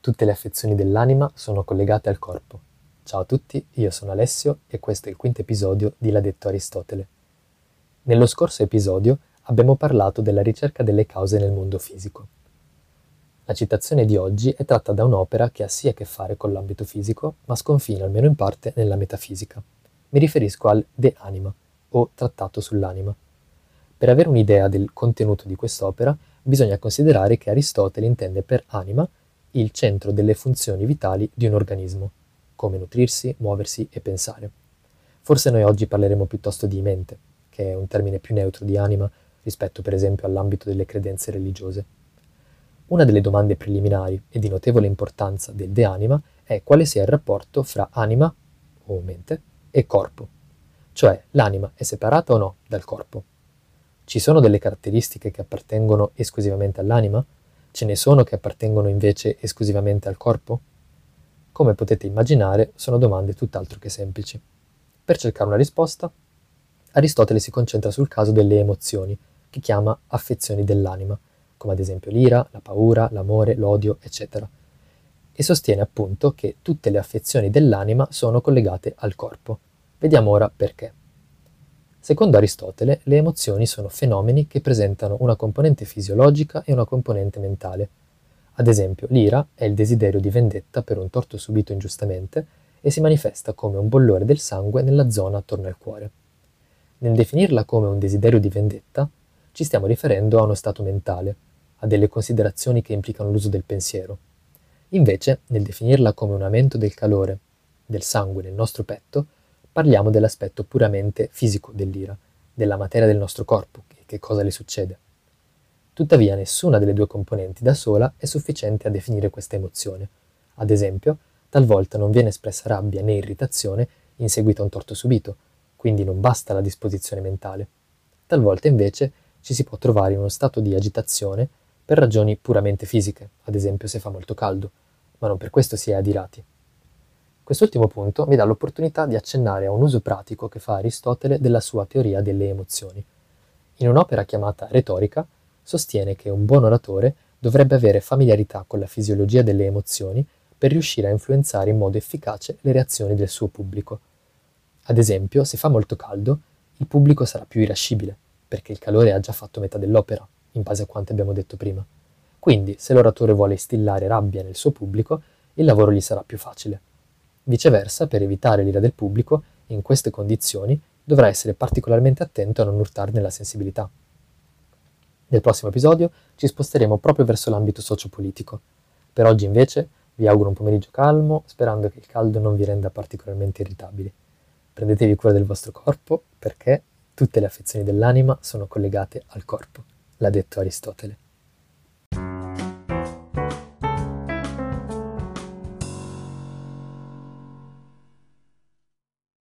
Tutte le affezioni dell'anima sono collegate al corpo. Ciao a tutti, io sono Alessio e questo è il quinto episodio di L'ha detto Aristotele. Nello scorso episodio abbiamo parlato della ricerca delle cause nel mondo fisico. La citazione di oggi è tratta da un'opera che ha sì a che fare con l'ambito fisico, ma sconfina almeno in parte nella metafisica. Mi riferisco al De Anima, o Trattato sull'anima. Per avere un'idea del contenuto di quest'opera, bisogna considerare che Aristotele intende per anima il centro delle funzioni vitali di un organismo, come nutrirsi, muoversi e pensare. Forse noi oggi parleremo piuttosto di mente, che è un termine più neutro di anima rispetto per esempio all'ambito delle credenze religiose. Una delle domande preliminari e di notevole importanza del De Anima è quale sia il rapporto fra anima, o mente, e corpo, cioè l'anima è separata o no dal corpo. Ci sono delle caratteristiche che appartengono esclusivamente all'anima? Ce ne sono che appartengono invece esclusivamente al corpo? Come potete immaginare, sono domande tutt'altro che semplici. Per cercare una risposta, Aristotele si concentra sul caso delle emozioni, che chiama affezioni dell'anima, come ad esempio l'ira, la paura, l'amore, l'odio, eccetera, e sostiene appunto che tutte le affezioni dell'anima sono collegate al corpo. Vediamo ora perché. Secondo Aristotele, le emozioni sono fenomeni che presentano una componente fisiologica e una componente mentale. Ad esempio, l'ira è il desiderio di vendetta per un torto subito ingiustamente e si manifesta come un bollore del sangue nella zona attorno al cuore. Nel definirla come un desiderio di vendetta, ci stiamo riferendo a uno stato mentale, a delle considerazioni che implicano l'uso del pensiero. Invece, nel definirla come un aumento del calore del sangue nel nostro petto, parliamo dell'aspetto puramente fisico dell'ira, della materia del nostro corpo e che cosa le succede. Tuttavia nessuna delle due componenti da sola è sufficiente a definire questa emozione. Ad esempio, talvolta non viene espressa rabbia né irritazione in seguito a un torto subito, quindi non basta la disposizione mentale. Talvolta invece ci si può trovare in uno stato di agitazione per ragioni puramente fisiche, ad esempio se fa molto caldo, ma non per questo si è adirati. Quest'ultimo punto mi dà l'opportunità di accennare a un uso pratico che fa Aristotele della sua teoria delle emozioni. In un'opera chiamata Retorica, sostiene che un buon oratore dovrebbe avere familiarità con la fisiologia delle emozioni per riuscire a influenzare in modo efficace le reazioni del suo pubblico. Ad esempio, se fa molto caldo, il pubblico sarà più irascibile, perché il calore ha già fatto metà dell'opera, in base a quanto abbiamo detto prima. Quindi, se l'oratore vuole instillare rabbia nel suo pubblico, il lavoro gli sarà più facile. Viceversa, per evitare l'ira del pubblico, in queste condizioni dovrà essere particolarmente attento a non urtarne la sensibilità. Nel prossimo episodio ci sposteremo proprio verso l'ambito sociopolitico. Per oggi invece vi auguro un pomeriggio calmo, sperando che il caldo non vi renda particolarmente irritabili. Prendetevi cura del vostro corpo perché tutte le affezioni dell'anima sono collegate al corpo, l'ha detto Aristotele.